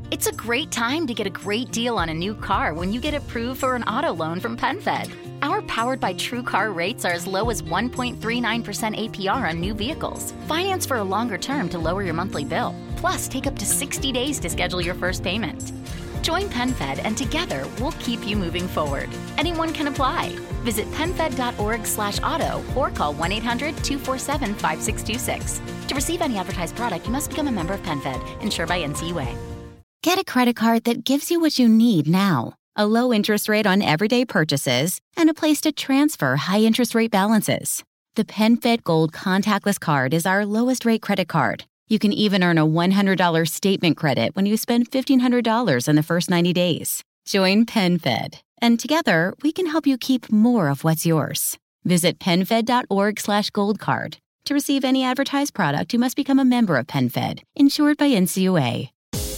It's a great time to get a great deal on a new car when you get approved for an auto loan from PenFed. Our Powered by True Car rates are as low as 1.39% APR on new vehicles. Finance for a longer term to lower your monthly bill. Plus, take up to 60 days to schedule your first payment. Join PenFed and together we'll keep you moving forward. Anyone can apply. Visit PenFed.org/auto or call 1-800-247-5626. To receive any advertised product, you must become a member of PenFed, insured by NCUA. Get a credit card that gives you what you need now. A low interest rate on everyday purchases and a place to transfer high interest rate balances. The PenFed Gold Contactless Card is our lowest rate credit card. You can even earn a $100 statement credit when you spend $1,500 in the first 90 days. Join PenFed, and together we can help you keep more of what's yours. Visit PenFed.org/goldcard. To receive any advertised product, you must become a member of PenFed, insured by NCUA.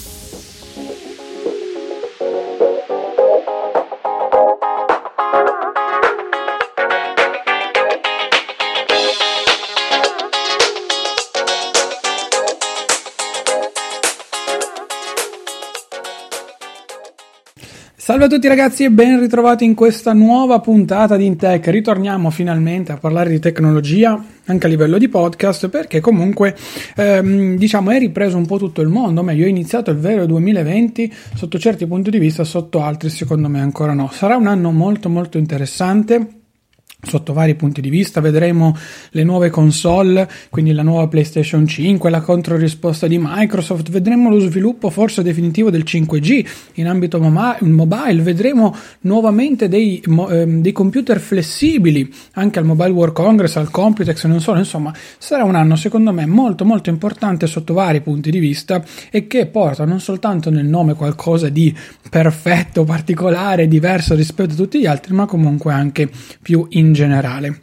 Salve a tutti ragazzi e ben ritrovati in questa nuova puntata di InTech. Ritorniamo finalmente a parlare di tecnologia anche a livello di podcast, perché comunque è ripreso un po' tutto il mondo. O meglio, è iniziato il vero 2020 sotto certi punti di vista, sotto altri secondo me ancora no. Sarà un anno molto molto interessante sotto vari punti di vista. Vedremo le nuove console, quindi la nuova PlayStation 5, la controrisposta di Microsoft, vedremo lo sviluppo forse definitivo del 5G in ambito mobile, vedremo nuovamente dei computer flessibili anche al Mobile World Congress, al Computex, non solo. Insomma, sarà un anno secondo me molto molto importante sotto vari punti di vista, e che porta non soltanto nel nome qualcosa di perfetto, particolare, diverso rispetto a tutti gli altri, ma comunque anche più in generale.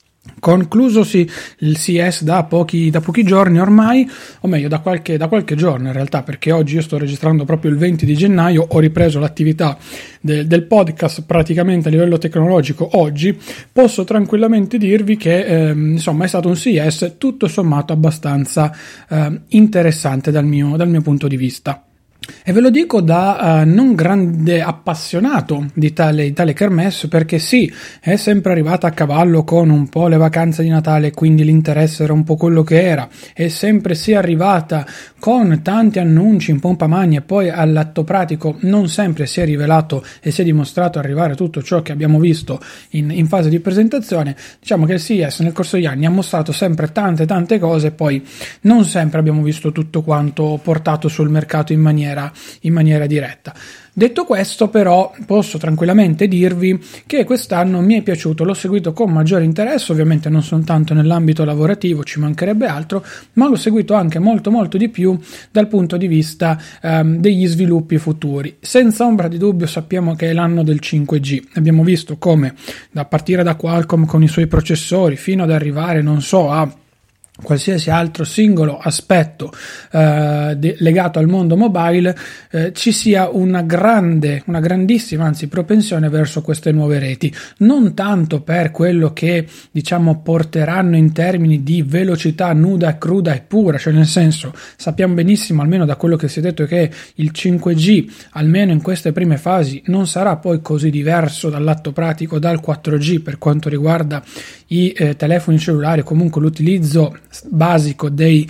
Conclusosi il CES da pochi giorni ormai, o meglio da qualche giorno in realtà, perché oggi io sto registrando proprio il 20 di gennaio, ho ripreso l'attività del podcast praticamente a livello tecnologico oggi. Posso tranquillamente dirvi che è stato un CES tutto sommato abbastanza interessante dal mio punto di vista. E ve lo dico da non grande appassionato di tale kermesse, perché sì, è sempre arrivata a cavallo con un po' le vacanze di Natale, quindi l'interesse era un po' quello che era, è sempre sì arrivata con tanti annunci in pompa magna, e poi all'atto pratico non sempre si è rivelato e si è dimostrato arrivare tutto ciò che abbiamo visto in fase di presentazione. Diciamo che il CES nel corso degli anni ha mostrato sempre tante cose, poi non sempre abbiamo visto tutto quanto portato sul mercato in maniera diretta. Detto questo, però, posso tranquillamente dirvi che quest'anno mi è piaciuto, l'ho seguito con maggiore interesse, ovviamente non soltanto nell'ambito lavorativo, ci mancherebbe altro, ma l'ho seguito anche molto molto di più dal punto di vista degli sviluppi futuri. Senza ombra di dubbio sappiamo che è l'anno del 5G, abbiamo visto come da partire da Qualcomm con i suoi processori fino ad arrivare, a qualsiasi altro singolo aspetto legato al mondo mobile, ci sia una grandissima propensione verso queste nuove reti, non tanto per quello che porteranno in termini di velocità nuda, cruda e pura, cioè nel senso, sappiamo benissimo almeno da quello che si è detto che il 5G almeno in queste prime fasi non sarà poi così diverso dall'atto pratico dal 4G per quanto riguarda i telefoni cellulari, comunque l'utilizzo basico degli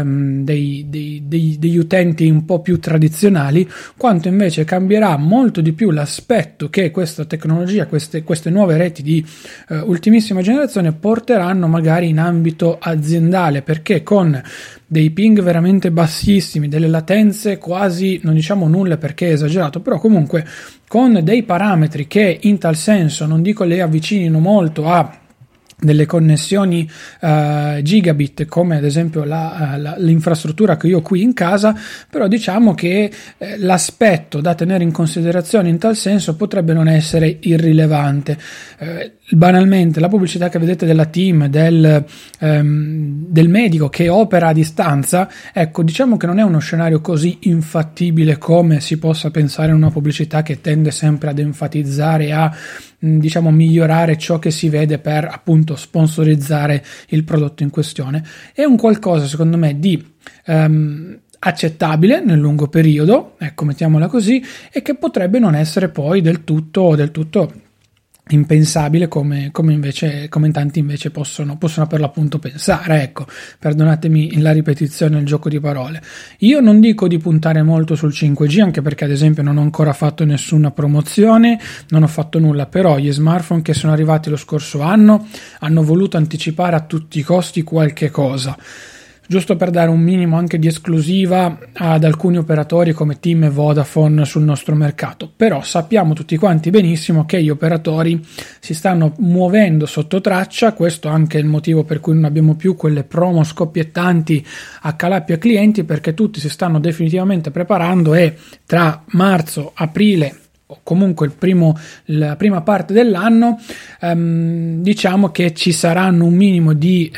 utenti un po' più tradizionali, quanto invece cambierà molto di più l'aspetto che questa tecnologia, queste nuove reti di ultimissima generazione porteranno magari in ambito aziendale, perché con dei ping veramente bassissimi, delle latenze quasi, non diciamo nulle perché è esagerato, però comunque con dei parametri che in tal senso non dico le avvicinino molto a delle connessioni gigabit, come ad esempio l'infrastruttura che io ho qui in casa, però diciamo che l'aspetto da tenere in considerazione in tal senso potrebbe non essere irrilevante. Banalmente la pubblicità che vedete della team del medico che opera a distanza, ecco, diciamo che non è uno scenario così infattibile come si possa pensare in una pubblicità che tende sempre ad enfatizzare, a migliorare ciò che si vede per appunto sponsorizzare il prodotto in questione. È un qualcosa secondo me di accettabile nel lungo periodo, ecco, mettiamola così, e che potrebbe non essere poi del tutto impensabile come in tanti invece possono per l'appunto pensare. Ecco, perdonatemi la ripetizione, il gioco di parole. Io non dico di puntare molto sul 5G, anche perché ad esempio non ho ancora fatto nessuna promozione, non ho fatto nulla, però gli smartphone che sono arrivati lo scorso anno hanno voluto anticipare a tutti i costi qualche cosa, giusto per dare un minimo anche di esclusiva ad alcuni operatori come TIM e Vodafone sul nostro mercato. Però sappiamo tutti quanti benissimo che gli operatori si stanno muovendo sotto traccia, questo anche è il motivo per cui non abbiamo più quelle promo scoppiettanti a calappi a clienti, perché tutti si stanno definitivamente preparando e tra marzo, aprile o comunque la prima parte dell'anno diciamo che ci saranno un minimo di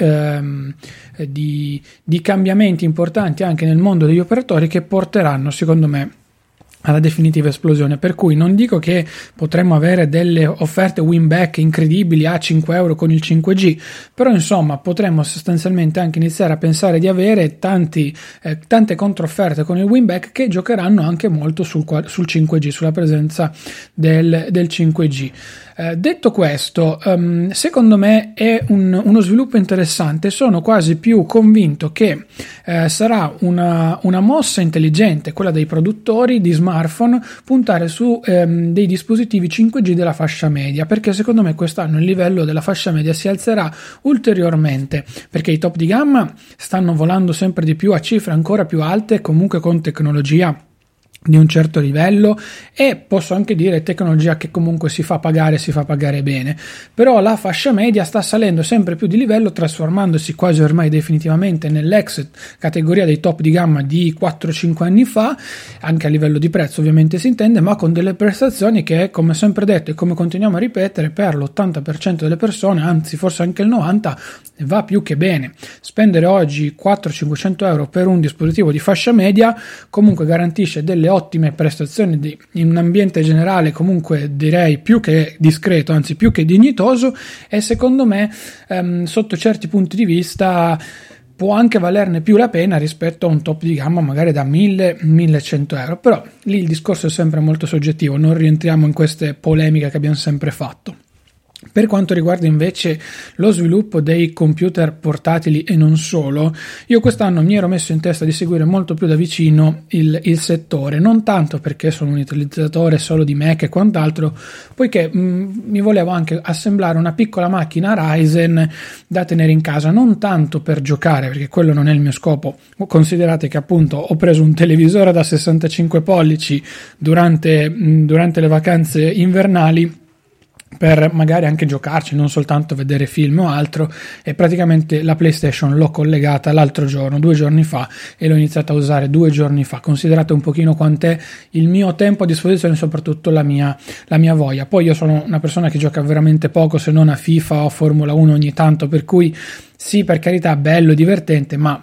cambiamenti importanti anche nel mondo degli operatori, che porteranno secondo me alla definitiva esplosione, per cui non dico che potremmo avere delle offerte win back incredibili a 5 euro con il 5G, però insomma potremmo sostanzialmente anche iniziare a pensare di avere tante controfferte con il win back che giocheranno anche molto sul 5G, sulla presenza del 5G. Detto questo, secondo me è uno sviluppo interessante. Sono quasi più convinto che sarà una mossa intelligente quella dei produttori di smartphone puntare su dei dispositivi 5G della fascia media, perché secondo me quest'anno il livello della fascia media si alzerà ulteriormente, perché i top di gamma stanno volando sempre di più a cifre ancora più alte, comunque con tecnologia di un certo livello, e posso anche dire tecnologia che comunque si fa pagare bene. Però la fascia media sta salendo sempre più di livello, trasformandosi quasi ormai definitivamente nell'ex categoria dei top di gamma di 4-5 anni fa, anche a livello di prezzo ovviamente si intende, ma con delle prestazioni che, come sempre detto e come continuiamo a ripetere, per l'80% delle persone, anzi forse anche il 90%, va più che bene. Spendere oggi 400-500 euro per un dispositivo di fascia media comunque garantisce delle ottime prestazioni in un ambiente generale comunque direi più che discreto, anzi più che dignitoso, e secondo me sotto certi punti di vista può anche valerne più la pena rispetto a un top di gamma magari da 1000-1100 euro. Però lì il discorso è sempre molto soggettivo, non rientriamo in queste polemiche che abbiamo sempre fatto. Per quanto riguarda invece lo sviluppo dei computer portatili e non solo, io quest'anno mi ero messo in testa di seguire molto più da vicino il settore, non tanto perché sono un utilizzatore solo di Mac e quant'altro, poiché mi volevo anche assemblare una piccola macchina Ryzen da tenere in casa, non tanto per giocare, perché quello non è il mio scopo. Considerate che appunto ho preso un televisore da 65 pollici durante le vacanze invernali, per magari anche giocarci, non soltanto vedere film o altro, e praticamente la PlayStation l'ho collegata l'altro giorno, 2 giorni fa, e l'ho iniziata a usare 2 giorni fa. Considerate un pochino quant'è il mio tempo a disposizione, soprattutto la mia voglia. Poi io sono una persona che gioca veramente poco, se non a FIFA o Formula 1 ogni tanto, per cui sì, per carità, bello, divertente, ma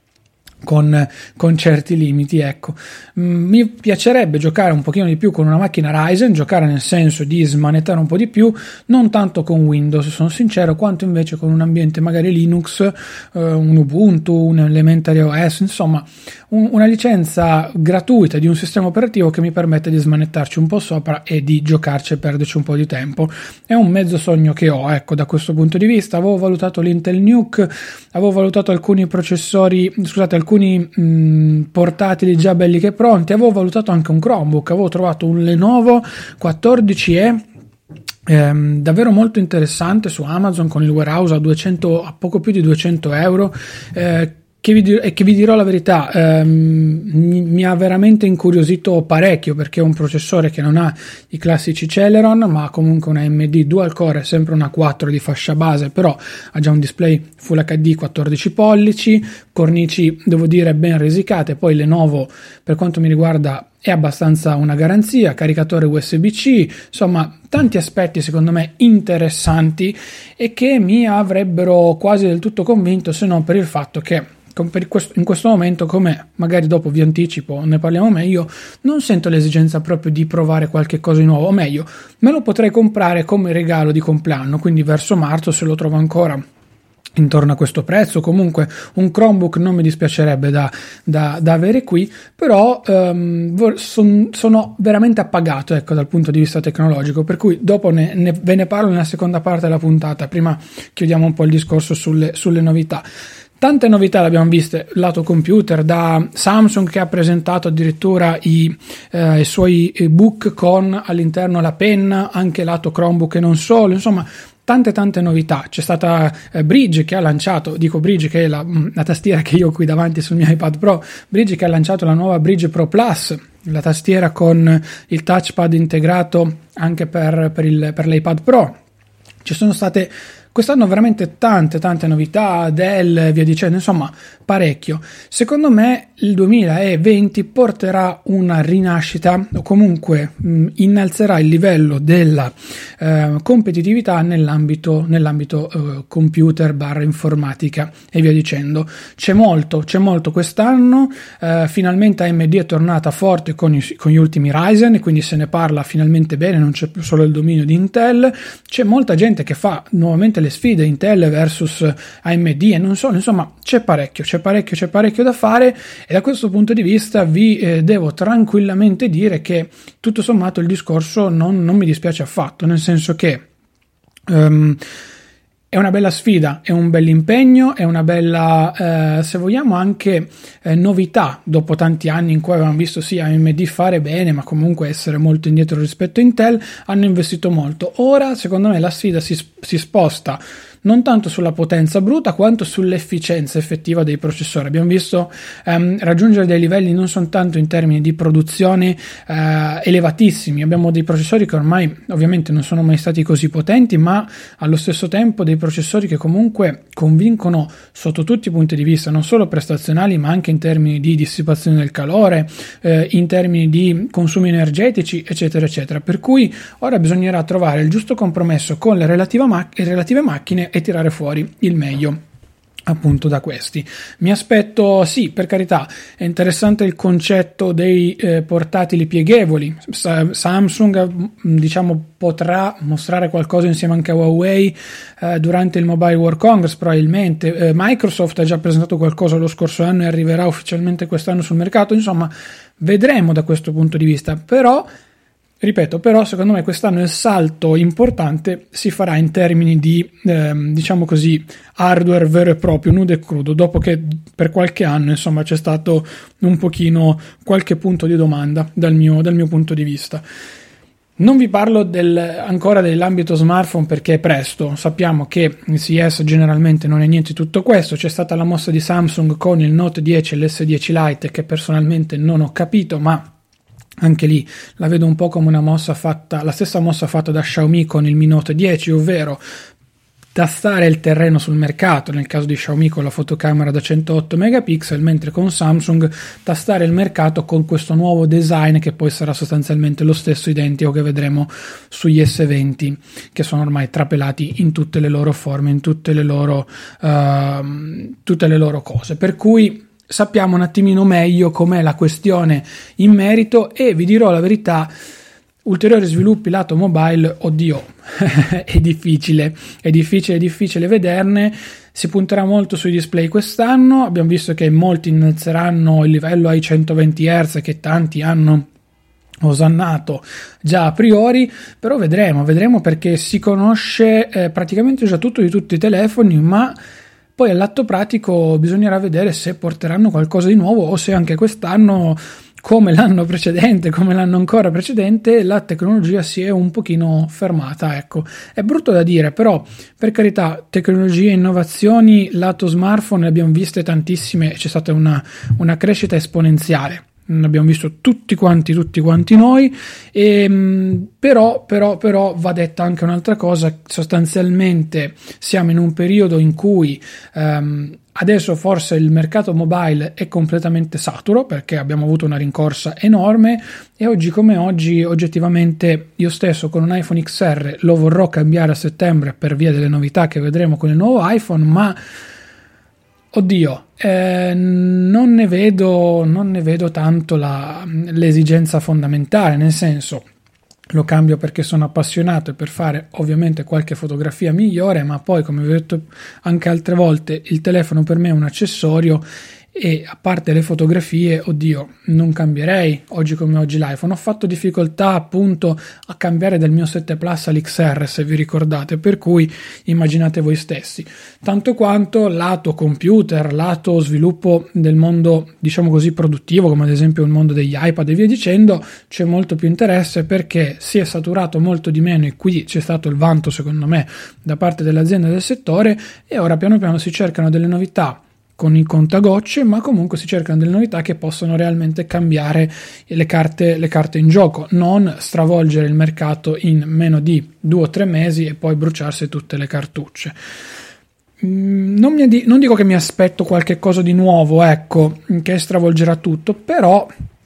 con certi limiti, ecco. Mi piacerebbe giocare un pochino di più con una macchina Ryzen, giocare nel senso di smanettare un po' di più, non tanto con Windows, sono sincero, quanto invece con un ambiente magari Linux, un Ubuntu, un Elementary OS, insomma una licenza gratuita di un sistema operativo che mi permette di smanettarci un po' sopra e di giocarci e perderci un po' di tempo. È un mezzo sogno che ho, ecco, da questo punto di vista. Avevo valutato l'Intel Nuke, avevo valutato alcuni portatili già belli che pronti, avevo valutato anche un Chromebook, avevo trovato un Lenovo 14E davvero molto interessante su Amazon con il warehouse a poco più di 200 euro, che vi dirò la verità, mi ha veramente incuriosito parecchio, perché è un processore che non ha i classici Celeron, ma comunque una AMD dual core, sempre una 4 di fascia base, però ha già un display Full HD 14 pollici, cornici devo dire ben risicate. Poi Lenovo, per quanto mi riguarda, è abbastanza una garanzia, caricatore USB-C, insomma tanti aspetti secondo me interessanti e che mi avrebbero quasi del tutto convinto, se non per il fatto che in questo momento, come magari dopo vi anticipo, ne parliamo meglio, non sento l'esigenza proprio di provare qualche cosa di nuovo, o meglio, me lo potrei comprare come regalo di compleanno, quindi verso marzo, se lo trovo ancora intorno a questo prezzo. Comunque un Chromebook non mi dispiacerebbe da avere qui, però sono veramente appagato, ecco, dal punto di vista tecnologico, per cui dopo ve ne parlo nella seconda parte della puntata. Prima chiudiamo un po' il discorso sulle novità. Tante novità le abbiamo viste lato computer, da Samsung che ha presentato addirittura i suoi book con all'interno la penna, anche lato Chromebook e non solo, insomma tante novità. C'è stata Brydge che ha lanciato, dico Brydge che è la tastiera che io ho qui davanti sul mio iPad Pro, Brydge che ha lanciato la nuova Brydge Pro Plus, la tastiera con il touchpad integrato anche per l'iPad Pro. Ci sono state quest'anno veramente tante novità, Dell e via dicendo, insomma parecchio. Secondo me il 2020 porterà una rinascita, o comunque innalzerà il livello della competitività nell'ambito computer / informatica e via dicendo. C'è molto quest'anno. Finalmente AMD è tornata forte con gli ultimi Ryzen, e quindi se ne parla finalmente bene, non c'è più solo il dominio di Intel. C'è molta gente che fa nuovamente le sfide Intel versus AMD e non solo, insomma c'è parecchio da fare, e da questo punto di vista vi devo tranquillamente dire che tutto sommato il discorso non mi dispiace affatto, nel senso che è una bella sfida, è un bel impegno, è una bella, se vogliamo, anche novità dopo tanti anni in cui avevamo visto sì AMD fare bene, ma comunque essere molto indietro rispetto a Intel. Hanno investito molto. Ora, secondo me, la sfida si sposta non tanto sulla potenza bruta quanto sull'efficienza effettiva dei processori. Abbiamo visto raggiungere dei livelli non soltanto in termini di produzione elevatissimi. Abbiamo dei processori che ormai ovviamente non sono mai stati così potenti, ma allo stesso tempo dei processori che comunque convincono sotto tutti i punti di vista, non solo prestazionali ma anche in termini di dissipazione del calore, in termini di consumi energetici, eccetera. Per cui ora bisognerà trovare il giusto compromesso con le relative macchine e tirare fuori il meglio appunto da questi. Mi aspetto, sì, per carità, è interessante il concetto dei portatili pieghevoli. Samsung diciamo potrà mostrare qualcosa insieme anche a Huawei durante il Mobile World Congress probabilmente. Microsoft ha già presentato qualcosa lo scorso anno e arriverà ufficialmente quest'anno sul mercato, insomma vedremo da questo punto di vista. Ripeto, secondo me quest'anno il salto importante si farà in termini di, diciamo così, hardware vero e proprio, nudo e crudo, dopo che per qualche anno, insomma, c'è stato un pochino qualche punto di domanda dal mio punto di vista. Non vi parlo ancora dell'ambito smartphone perché è presto, sappiamo che il CES generalmente non è niente tutto questo. C'è stata la mossa di Samsung con il Note 10 e l'S10 Lite che personalmente non ho capito, ma anche lì la vedo un po' come la stessa mossa fatta da Xiaomi con il Mi Note 10, ovvero tastare il terreno sul mercato, nel caso di Xiaomi con la fotocamera da 108 megapixel, mentre con Samsung tastare il mercato con questo nuovo design che poi sarà sostanzialmente lo stesso identico che vedremo sugli S20, che sono ormai trapelati in tutte le loro forme, in tutte le loro cose, per cui sappiamo un attimino meglio com'è la questione in merito. E vi dirò la verità, ulteriori sviluppi lato mobile, oddio, è difficile vederne. Si punterà molto sui display quest'anno, abbiamo visto che molti innalzeranno il livello ai 120 Hz che tanti hanno osannato già a priori, però vedremo perché si conosce praticamente già tutto di tutti i telefoni, ma poi all'atto pratico bisognerà vedere se porteranno qualcosa di nuovo o se anche quest'anno, come l'anno precedente, come l'anno ancora precedente, la tecnologia si è un pochino fermata. Ecco, è brutto da dire, però per carità, tecnologie e innovazioni lato smartphone ne abbiamo viste tantissime, c'è stata una crescita esponenziale. Abbiamo visto tutti quanti noi, però va detta anche un'altra cosa. Sostanzialmente siamo in un periodo in cui adesso forse il mercato mobile è completamente saturo, perché abbiamo avuto una rincorsa enorme, e oggi come oggi oggettivamente io stesso con un iPhone XR lo vorrò cambiare a settembre per via delle novità che vedremo con il nuovo iPhone, ma oddio, non ne vedo tanto l'esigenza fondamentale, nel senso, lo cambio perché sono appassionato e per fare ovviamente qualche fotografia migliore, ma poi, come vi ho detto anche altre volte, il telefono per me è un accessorio e a parte le fotografie, oddio, non cambierei oggi come oggi l'iPhone. Ho fatto difficoltà appunto a cambiare dal mio 7 Plus all'XR, se vi ricordate, per cui immaginate voi stessi. Tanto quanto lato computer, lato sviluppo del mondo, diciamo così, produttivo, come ad esempio il mondo degli iPad e via dicendo, c'è molto più interesse perché si è saturato molto di meno e qui c'è stato il vanto, secondo me, da parte delle aziende del settore, e ora piano piano si cercano delle novità con i contagocce, ma comunque si cercano delle novità che possono realmente cambiare le carte in gioco, non stravolgere il mercato in meno di 2 o 3 mesi e poi bruciarsi tutte le cartucce. Non dico che mi aspetto qualche cosa di nuovo, ecco, che stravolgerà tutto, però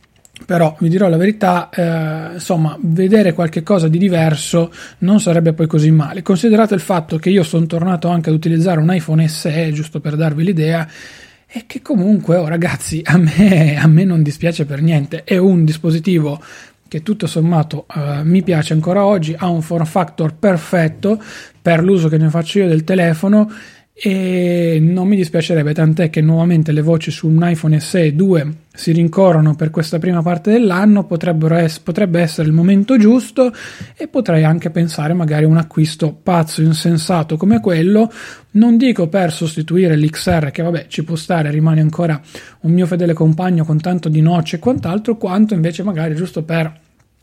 vi dirò la verità, insomma, vedere qualche cosa di diverso non sarebbe poi così male. Considerate il fatto che io sono tornato anche ad utilizzare un iPhone SE, giusto per darvi l'idea, e che comunque, ragazzi, a me non dispiace per niente. È un dispositivo che tutto sommato mi piace ancora oggi, ha un form factor perfetto per l'uso che ne faccio io del telefono, e non mi dispiacerebbe, tant'è che nuovamente le voci su un iPhone SE 2 si rincorrono per questa prima parte dell'anno. Potrebbe essere il momento giusto e potrei anche pensare magari a un acquisto pazzo, insensato come quello. Non dico per sostituire l'XR, che vabbè ci può stare, rimane ancora un mio fedele compagno con tanto di nocce e quant'altro, quanto invece magari giusto per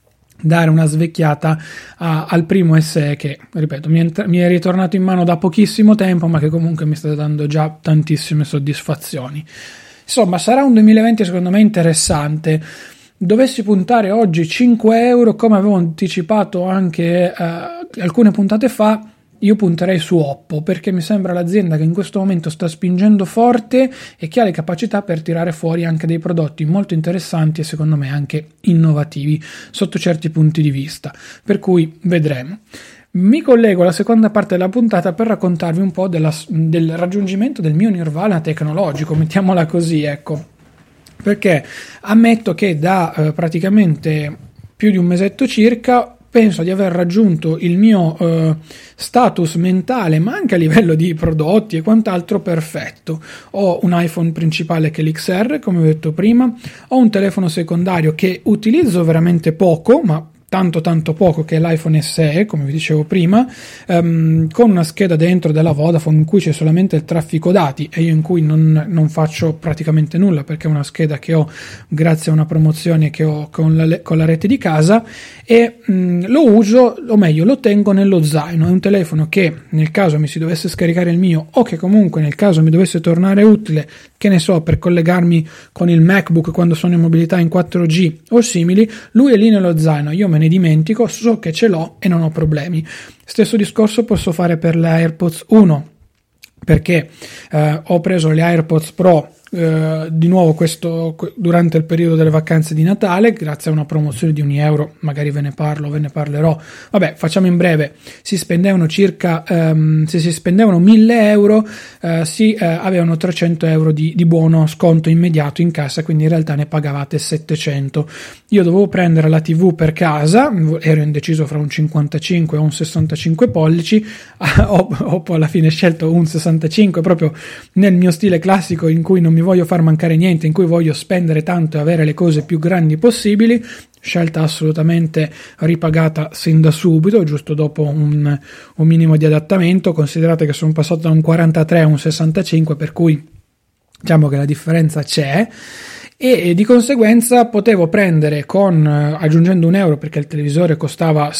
dare una svecchiata al primo SE che, ripeto, mi è ritornato in mano da pochissimo tempo, ma che comunque mi sta dando già tantissime soddisfazioni. Insomma, sarà un 2020 secondo me interessante. Dovessi puntare oggi 5 euro, come avevo anticipato anche alcune puntate fa, io punterei su Oppo, perché mi sembra l'azienda che in questo momento sta spingendo forte e che ha le capacità per tirare fuori anche dei prodotti molto interessanti e secondo me anche innovativi sotto certi punti di vista, per cui vedremo. Mi collego alla seconda parte della puntata per raccontarvi un po' del raggiungimento del mio nirvana tecnologico, mettiamola così, ecco, perché ammetto che da praticamente più di un mesetto circa penso di aver raggiunto il mio status mentale, ma anche a livello di prodotti e quant'altro, perfetto. Ho un iPhone principale che è l'XR, come ho detto prima, ho un telefono secondario che utilizzo veramente poco, ma tanto poco, che è l'iPhone SE, come vi dicevo prima, con una scheda dentro della Vodafone in cui c'è solamente il traffico dati e io in cui non faccio praticamente nulla, perché è una scheda che ho grazie a una promozione che ho con la rete di casa, e lo uso, o meglio lo tengo nello zaino. È un telefono che nel caso mi si dovesse scaricare il mio, o che comunque nel caso mi dovesse tornare utile, che ne so, per collegarmi con il MacBook quando sono in mobilità in 4G o simili, lui è lì nello zaino, io me ne dimentico, so che ce l'ho e non ho problemi. Stesso discorso posso fare per le AirPods 1, perché ho preso le AirPods Pro di nuovo durante il periodo delle vacanze di Natale, grazie a una promozione di €1, magari ve ne parlerò, vabbè, facciamo in breve. Si spendevano circa se si spendevano €1.000 si avevano €300 di buono sconto immediato in cassa, quindi in realtà ne pagavate 700. Io dovevo prendere la TV per casa, ero indeciso fra un 55 o un 65 pollici, ho poi alla fine scelto un 65, proprio nel mio stile classico in cui non mi voglio far mancare niente, in cui voglio spendere tanto e avere le cose più grandi possibili. Scelta assolutamente ripagata sin da subito, giusto dopo un minimo di adattamento. Considerate che sono passato da un 43 a un 65, per cui diciamo che la differenza c'è, e di conseguenza potevo prendere aggiungendo €1, perché il televisore costava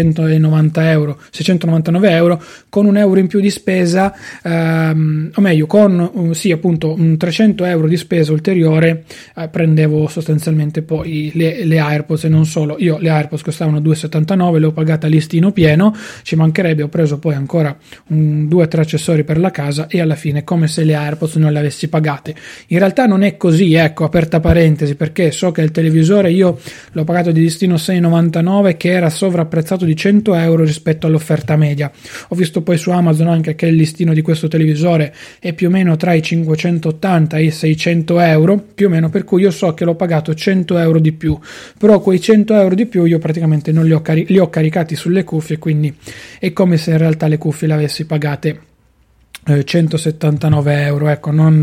€699, con €1 in più di spesa, o meglio appunto un €300 di spesa ulteriore, prendevo sostanzialmente poi le AirPods, e non solo. Io le AirPods costavano €2,79, le ho pagate a listino pieno, ci mancherebbe, ho preso poi ancora 2 o 3 accessori per la casa e alla fine come se le AirPods non le avessi pagate. In realtà non è così, ecco, apertamente aperta parentesi, perché so che il televisore io l'ho pagato di listino 6,99, che era sovrapprezzato di 100 euro rispetto all'offerta media. Ho visto poi su Amazon anche che il listino di questo televisore è più o meno tra i 580 e i 600 euro, più o meno, per cui io so che l'ho pagato 100 euro di più, però quei 100 euro di più io praticamente non li ho caricati sulle cuffie, quindi è come se in realtà le cuffie le avessi pagate 179 euro, ecco, non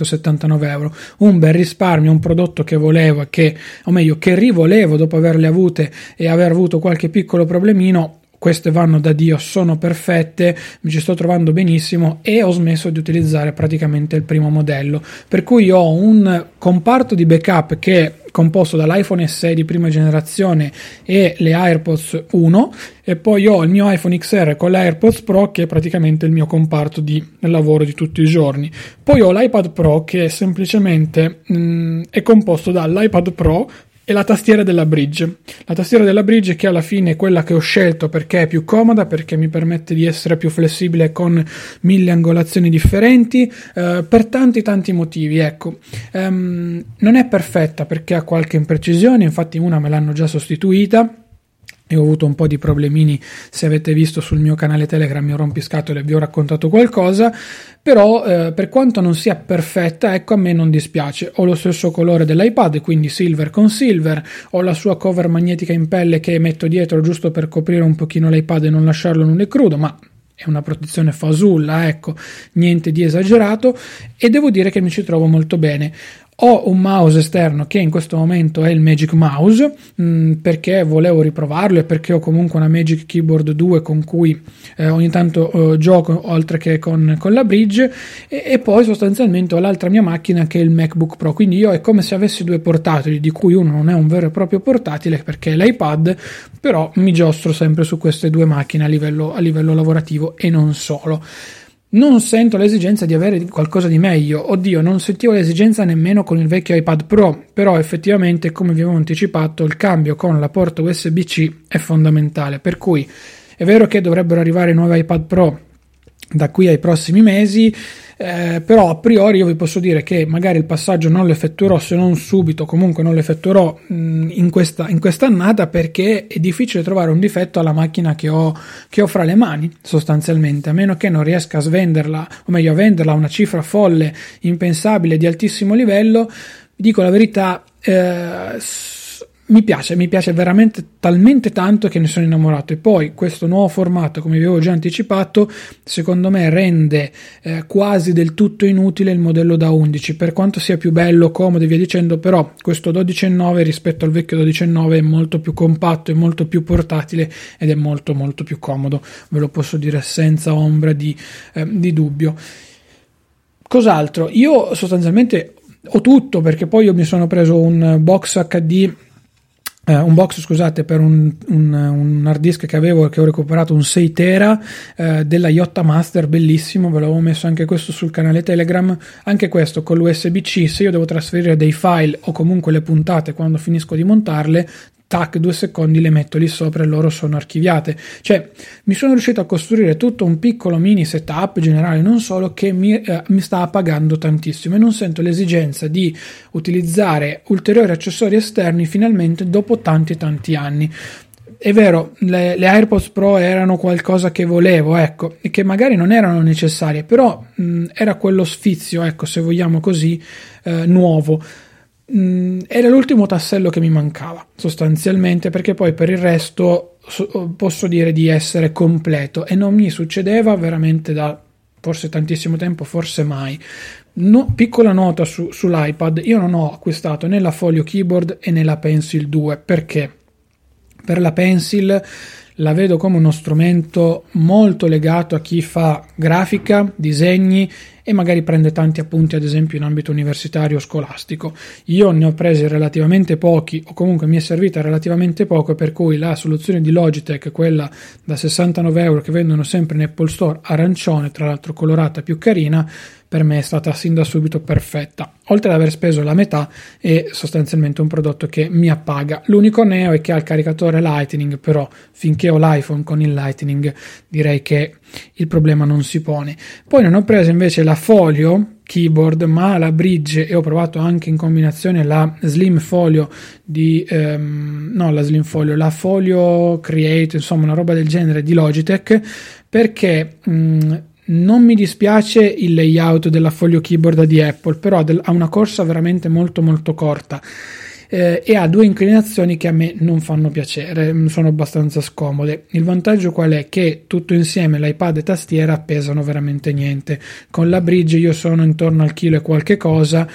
279 euro. Un bel risparmio, un prodotto che volevo, che rivolevo dopo averle avute e aver avuto qualche piccolo problemino. Queste vanno da Dio, sono perfette, mi ci sto trovando benissimo e ho smesso di utilizzare praticamente il primo modello, per cui ho un comparto di backup che è composto dall'iPhone SE di prima generazione e le AirPods 1, e poi ho il mio iPhone XR con l'AirPods Pro, che è praticamente il mio comparto di lavoro di tutti i giorni. Poi ho l'iPad Pro, che semplicemente è composto dall'iPad Pro e la tastiera della Bridge. La tastiera della Bridge, che alla fine è quella che ho scelto perché è più comoda, perché mi permette di essere più flessibile con 1000 angolazioni differenti, per tanti motivi, ecco. Non è perfetta perché ha qualche imprecisione, infatti una me l'hanno già sostituita e ho avuto un po' di problemini. Se avete visto sul mio canale Telegram, mio rompiscatole, vi ho raccontato qualcosa, però per quanto non sia perfetta, ecco, a me non dispiace. Ho lo stesso colore dell'iPad, quindi silver con silver, ho la sua cover magnetica in pelle che metto dietro giusto per coprire un pochino l'iPad e non lasciarlo nudo e crudo, ma è una protezione fasulla, ecco, niente di esagerato, e devo dire che mi ci trovo molto bene. Ho un mouse esterno che in questo momento è il Magic Mouse, perché volevo riprovarlo e perché ho comunque una Magic Keyboard 2 con cui ogni tanto gioco, oltre che con la Bridge, e poi sostanzialmente ho l'altra mia macchina che è il MacBook Pro, quindi io è come se avessi due portatili, di cui uno non è un vero e proprio portatile perché è l'iPad, però mi giostro sempre su queste due macchine a livello lavorativo e non solo. Non sento l'esigenza di avere qualcosa di meglio. Oddio, non sentivo l'esigenza nemmeno con il vecchio iPad Pro, però effettivamente, come vi avevo anticipato, il cambio con la porta USB-C è fondamentale, per cui è vero che dovrebbero arrivare nuovi iPad Pro da qui ai prossimi mesi, però a priori io vi posso dire che magari il passaggio non lo effettuerò, se non subito, comunque non lo effettuerò in questa annata, perché è difficile trovare un difetto alla macchina che ho fra le mani, sostanzialmente, a meno che non riesca a svenderla, o meglio a venderla a una cifra folle, impensabile, di altissimo livello. Vi dico la verità, mi piace veramente talmente tanto che ne sono innamorato. E poi questo nuovo formato, come vi avevo già anticipato, secondo me rende quasi del tutto inutile il modello da 11, per quanto sia più bello, comodo e via dicendo. Però questo 12,9 rispetto al vecchio 12,9 è molto più compatto, è molto più portatile ed è molto più comodo, ve lo posso dire senza ombra di dubbio. Cos'altro? Io sostanzialmente ho tutto, perché poi io mi sono preso un box HD, per un hard disk che avevo, che ho recuperato, un 6 tera della Yotta Master, bellissimo, ve l'avevo messo anche questo sul canale Telegram. Anche questo con l'USB-C, se io devo trasferire dei file o comunque le puntate quando finisco di montarle, tac, 2 secondi le metto lì sopra e loro sono archiviate. Cioè, mi sono riuscito a costruire tutto un piccolo mini setup generale, non solo, che mi sta appagando tantissimo, e non sento l'esigenza di utilizzare ulteriori accessori esterni finalmente dopo tanti anni. È vero, le AirPods Pro erano qualcosa che volevo, ecco, e che magari non erano necessarie, però era quello sfizio, ecco, se vogliamo così, nuovo. Era l'ultimo tassello che mi mancava sostanzialmente, perché poi per il resto posso dire di essere completo, e non mi succedeva veramente da forse tantissimo tempo, forse mai. Piccola nota sull'iPad: io non ho acquistato né la Folio Keyboard e né la Pencil 2, perché per la Pencil la vedo come uno strumento molto legato a chi fa grafica, disegni e magari prende tanti appunti, ad esempio in ambito universitario o scolastico. Io ne ho presi relativamente pochi, o comunque mi è servita relativamente poco, per cui la soluzione di Logitech, quella da 69 euro che vendono sempre in Apple Store, arancione, tra l'altro colorata, più carina, per me è stata sin da subito perfetta. Oltre ad aver speso la metà, è sostanzialmente un prodotto che mi appaga. L'unico neo è che ha il caricatore Lightning, però finché ho l'iPhone con il Lightning direi che il problema non si pone. Poi non ho preso invece la Folio keyboard, ma la Bridge, e ho provato anche in combinazione la Slim Folio la Folio Create, insomma una roba del genere di Logitech, perché non mi dispiace il layout della Folio keyboard di Apple, però ha una corsa veramente molto molto corta e ha due inclinazioni che a me non fanno piacere, sono abbastanza scomode. Il vantaggio qual è? Che tutto insieme l'iPad e tastiera pesano veramente niente. Con la Bridge io sono intorno al chilo e qualche cosa.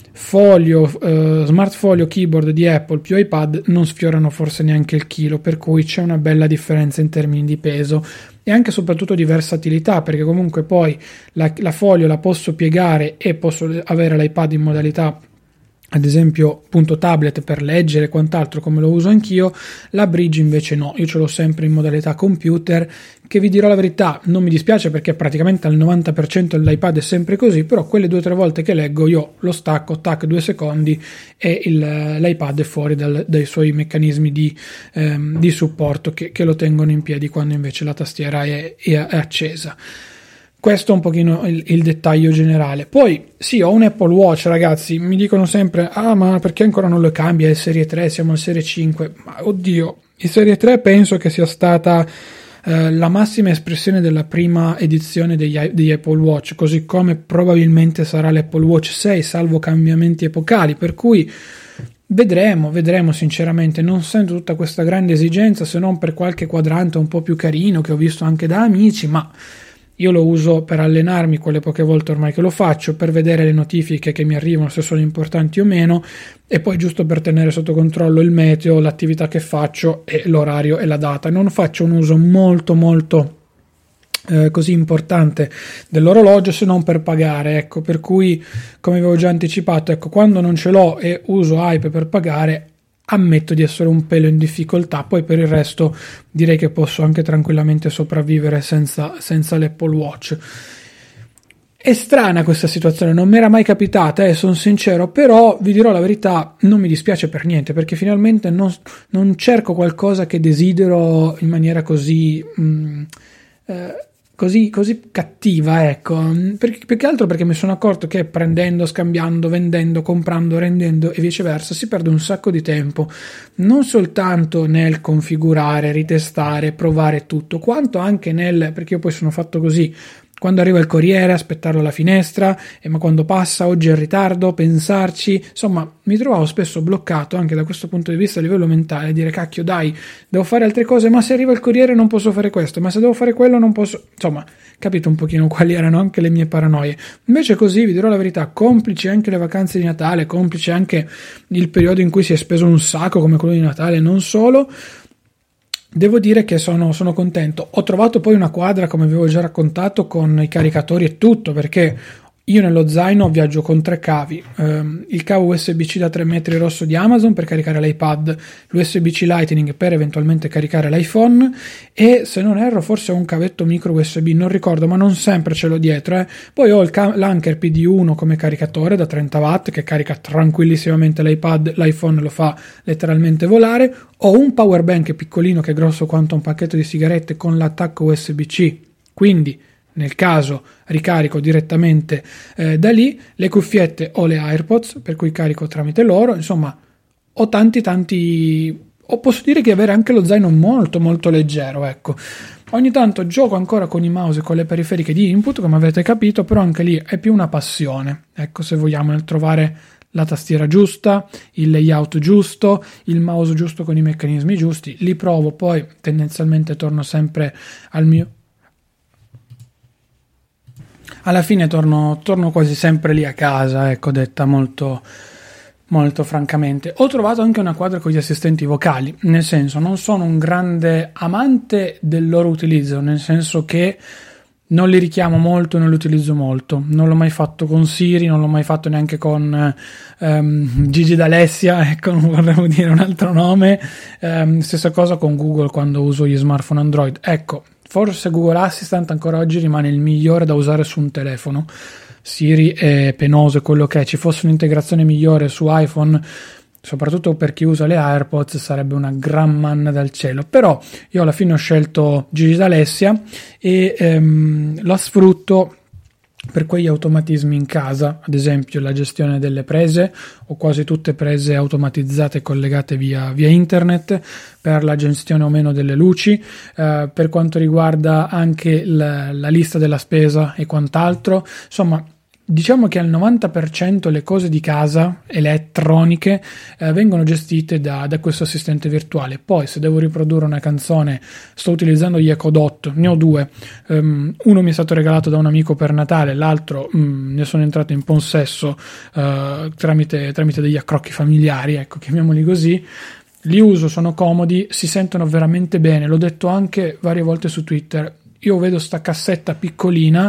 Smart Folio keyboard di Apple più iPad non sfiorano forse neanche il chilo, per cui c'è una bella differenza in termini di peso e anche soprattutto di versatilità, perché comunque poi la Folio la posso piegare e posso avere l'iPad in modalità ad esempio appunto tablet per leggere e quant'altro, come lo uso anch'io. La Bridge invece no, io ce l'ho sempre in modalità computer, che vi dirò la verità non mi dispiace perché praticamente al 90% dell'iPad è sempre così, però quelle 2 o 3 volte che leggo io lo stacco, tac, 2 secondi e l'iPad è fuori dai suoi meccanismi di supporto che lo tengono in piedi quando invece la tastiera è accesa. Questo è un pochino il dettaglio generale. Poi sì, ho un Apple Watch, ragazzi, mi dicono sempre ma perché ancora non lo cambia? È serie 3, siamo al serie 5. Ma oddio, il serie 3 penso che sia stata la massima espressione della prima edizione degli Apple Watch, così come probabilmente sarà l'Apple Watch 6, salvo cambiamenti epocali, per cui vedremo sinceramente. Non sento tutta questa grande esigenza, se non per qualche quadrante un po' più carino che ho visto anche da amici, ma io lo uso per allenarmi quelle poche volte ormai che lo faccio, per vedere le notifiche che mi arrivano, se sono importanti o meno, e poi giusto per tenere sotto controllo il meteo, l'attività che faccio e l'orario e la data. Non faccio un uso molto così importante dell'orologio, se non per pagare, ecco, per cui come avevo già anticipato, ecco, quando non ce l'ho e uso Hype per pagare, ammetto di essere un pelo in difficoltà. Poi per il resto direi che posso anche tranquillamente sopravvivere senza l'Apple Watch. È strana questa situazione, non mi era mai capitata, sono sincero, però vi dirò la verità, non mi dispiace per niente, perché finalmente non cerco qualcosa che desidero in maniera così cattiva, ecco, più che altro perché mi sono accorto che prendendo, scambiando, vendendo, comprando, rendendo e viceversa si perde un sacco di tempo, non soltanto nel configurare, ritestare, provare tutto, quanto anche perché io poi sono fatto così, quando arriva il corriere aspettarlo alla finestra, ma quando passa, oggi è in ritardo, pensarci, insomma mi trovavo spesso bloccato anche da questo punto di vista a livello mentale, dire cacchio dai, devo fare altre cose, ma se arriva il corriere non posso fare questo, ma se devo fare quello non posso, insomma capito un pochino quali erano anche le mie paranoie. Invece così, vi dirò la verità, complici anche le vacanze di Natale, complici anche il periodo in cui si è speso un sacco come quello di Natale, non solo, devo dire che sono contento. Ho trovato poi una quadra, come avevo già raccontato, con i caricatori e tutto, perché io nello zaino viaggio con 3 cavi, il cavo USB-C da 3 metri rosso di Amazon per caricare l'iPad, l'USB-C Lightning per eventualmente caricare l'iPhone e, se non erro, forse ho un cavetto micro USB, non ricordo, ma non sempre ce l'ho dietro. Poi ho l'Anker PD1 come caricatore da 30 watt che carica tranquillissimamente l'iPad, l'iPhone lo fa letteralmente volare. Ho un power bank piccolino che è grosso quanto un pacchetto di sigarette con l'attacco USB-C, quindi nel caso ricarico direttamente da lì, le cuffiette o le AirPods per cui carico tramite loro, insomma ho posso dire che avere anche lo zaino molto molto leggero, ecco. Ogni tanto gioco ancora con i mouse e con le periferiche di input, come avete capito, però anche lì è più una passione, ecco, se vogliamo, nel trovare la tastiera giusta, il layout giusto, il mouse giusto con i meccanismi giusti, li provo, poi tendenzialmente torno sempre alla fine torno quasi sempre lì a casa, ecco, detta molto molto francamente. Ho trovato anche una quadra con gli assistenti vocali, nel senso non sono un grande amante del loro utilizzo, nel senso che non li richiamo molto, non li utilizzo molto, non l'ho mai fatto con Siri, non l'ho mai fatto neanche con Gigi d'Alessia, ecco, non vorremmo dire un altro nome, stessa cosa con Google quando uso gli smartphone Android, ecco. Forse Google Assistant ancora oggi rimane il migliore da usare su un telefono, Siri è penoso, quello che è. Ci fosse un'integrazione migliore su iPhone, soprattutto per chi usa le AirPods, sarebbe una gran manna dal cielo. Però io alla fine ho scelto Gigi D'Alessia e la sfrutto per quegli automatismi in casa, ad esempio la gestione delle prese, o quasi tutte prese automatizzate collegate via internet, per la gestione o meno delle luci, per quanto riguarda anche la lista della spesa e quant'altro. Insomma, diciamo che al 90% le cose di casa elettroniche vengono gestite da questo assistente virtuale. Poi se devo riprodurre una canzone, sto utilizzando gli Echo Dot, ne ho due, uno mi è stato regalato da un amico per Natale, l'altro ne sono entrato in possesso tramite degli accrocchi familiari, ecco, chiamiamoli così. Li uso, sono comodi, si sentono veramente bene, l'ho detto anche varie volte su Twitter. Io vedo sta cassetta piccolina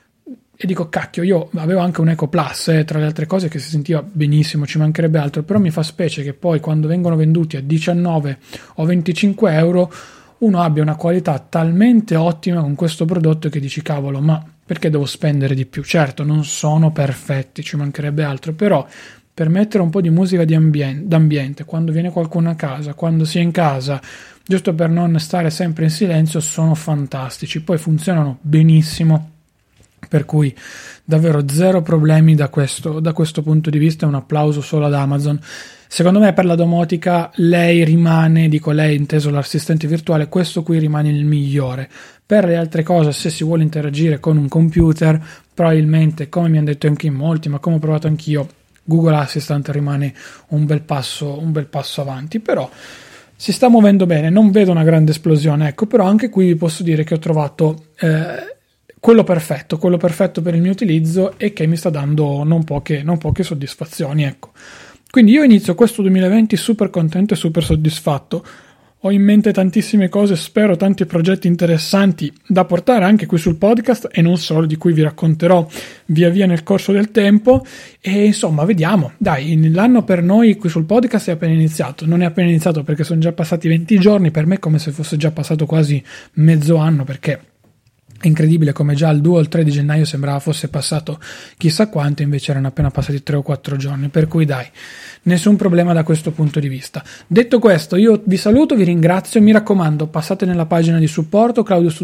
e dico, cacchio, io avevo anche un Echo Plus, tra le altre cose, che si sentiva benissimo, ci mancherebbe altro, però mi fa specie che poi quando vengono venduti a 19 o 25 euro uno abbia una qualità talmente ottima con questo prodotto che dici, cavolo, ma perché devo spendere di più? Certo, non sono perfetti, ci mancherebbe altro, però per mettere un po' di musica d'ambiente, quando viene qualcuno a casa, quando si è in casa, giusto per non stare sempre in silenzio, sono fantastici, poi funzionano benissimo. Per cui davvero zero problemi da questo punto di vista. Un applauso solo ad Amazon. Secondo me per la domotica lei rimane, dico lei inteso l'assistente virtuale, questo qui rimane il migliore. Per le altre cose, se si vuole interagire con un computer, probabilmente, come mi hanno detto anche in molti, ma come ho provato anch'io, Google Assistant rimane un bel passo avanti. Però si sta muovendo bene, non vedo una grande esplosione, ecco. Però anche qui vi posso dire che ho trovato quello perfetto per il mio utilizzo e che mi sta dando non poche soddisfazioni, ecco. Quindi io inizio questo 2020 super contento e super soddisfatto. Ho in mente tantissime cose, spero tanti progetti interessanti da portare anche qui sul podcast e non solo, di cui vi racconterò via via nel corso del tempo. E insomma, vediamo. Dai, l'anno per noi qui sul podcast è appena iniziato. Non è appena iniziato perché sono già passati 20 giorni, per me è come se fosse già passato quasi mezzo anno, perché è incredibile come già il 2 o il 3 di gennaio sembrava fosse passato chissà quanto, invece erano appena passati 3 o 4 giorni, per cui dai, nessun problema da questo punto di vista. Detto questo, io vi saluto, vi ringrazio, mi raccomando, passate nella pagina di supporto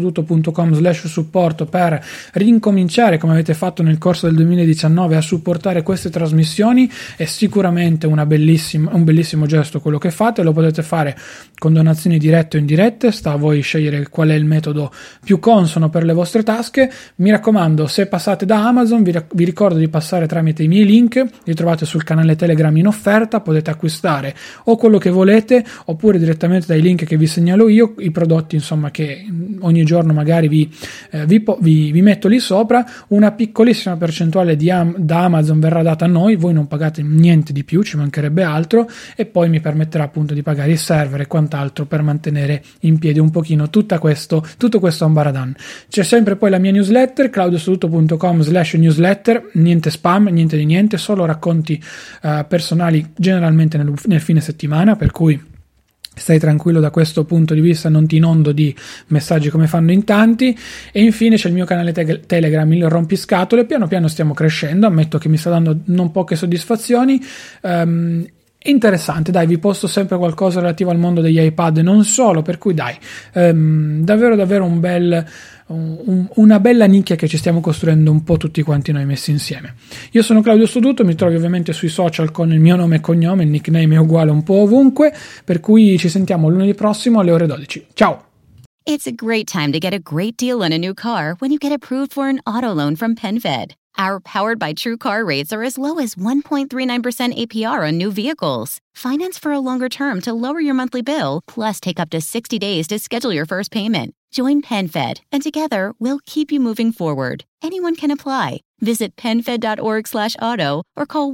claudiostoduto.com/supporto per rincominciare, come avete fatto nel corso del 2019, a supportare queste trasmissioni. È sicuramente un bellissimo gesto quello che fate. Lo potete fare con donazioni dirette o indirette, sta a voi scegliere qual è il metodo più consono per le vostre tasche. Mi raccomando, se passate da Amazon, vi ricordo di passare tramite i miei link, li trovate sul canale Telegram in offerta, potete acquistare o quello che volete oppure direttamente dai link che vi segnalo io, i prodotti insomma che ogni giorno magari vi metto lì sopra. Una piccolissima percentuale da Amazon verrà data a noi, voi non pagate niente di più, ci mancherebbe altro, e poi mi permetterà appunto di pagare il server e quant'altro per mantenere in piedi un pochino tutto questo ambaradan. C'è sempre poi la mia newsletter, claudiostoduto.com/newsletter, niente spam, niente di niente, solo racconti personali generalmente nel fine settimana, per cui stai tranquillo da questo punto di vista, non ti inondo di messaggi come fanno in tanti. E infine c'è il mio canale Telegram, il rompiscatole. Piano piano stiamo crescendo, ammetto che mi sta dando non poche soddisfazioni. Interessante, dai, vi posto sempre qualcosa relativo al mondo degli iPad, non solo, per cui dai, davvero una bella nicchia che ci stiamo costruendo un po' tutti quanti noi messi insieme. Io sono Claudio Stoduto, mi trovi ovviamente sui social con il mio nome e cognome, il nickname è uguale un po' ovunque, per cui ci sentiamo lunedì prossimo alle ore 12. Ciao! It's a great time to get a great deal on a new car when you get approved for an auto loan from PenFed. Our Powered by True Car rates are as low as 1.39% APR on new vehicles. Finance for a longer term to lower your monthly bill, plus take up to 60 days to schedule your first payment. Join PenFed, and together we'll keep you moving forward. Anyone can apply. Visit PenFed.org/auto or call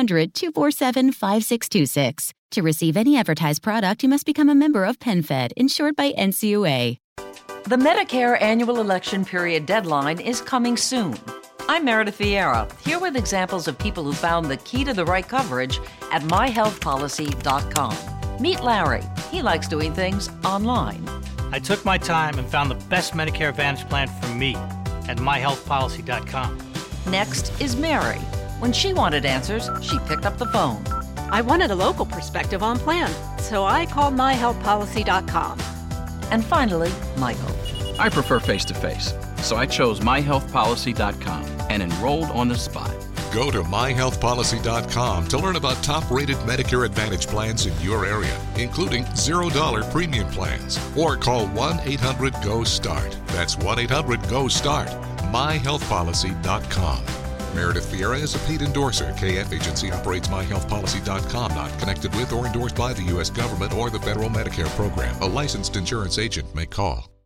1-800-247-5626. To receive any advertised product, you must become a member of PenFed, insured by NCUA. The Medicare annual election period deadline is coming soon. I'm Meredith Vieira, here with examples of people who found the key to the right coverage at myhealthpolicy.com. Meet Larry. He likes doing things online. I took my time and found the best Medicare Advantage plan for me at myhealthpolicy.com. Next is Mary. When she wanted answers, she picked up the phone. I wanted a local perspective on plan, so I called myhealthpolicy.com. And finally, Michael. I prefer face-to-face, so I chose myhealthpolicy.com and enrolled on the spot. Go to myhealthpolicy.com to learn about top-rated Medicare Advantage plans in your area, including $0 premium plans. Or call 1-800-GO-START. That's 1-800-GO-START. myhealthpolicy.com. Meredith Vieira is a paid endorser. KF Agency operates myhealthpolicy.com, not connected with or endorsed by the U.S. government or the federal Medicare program. A licensed insurance agent may call.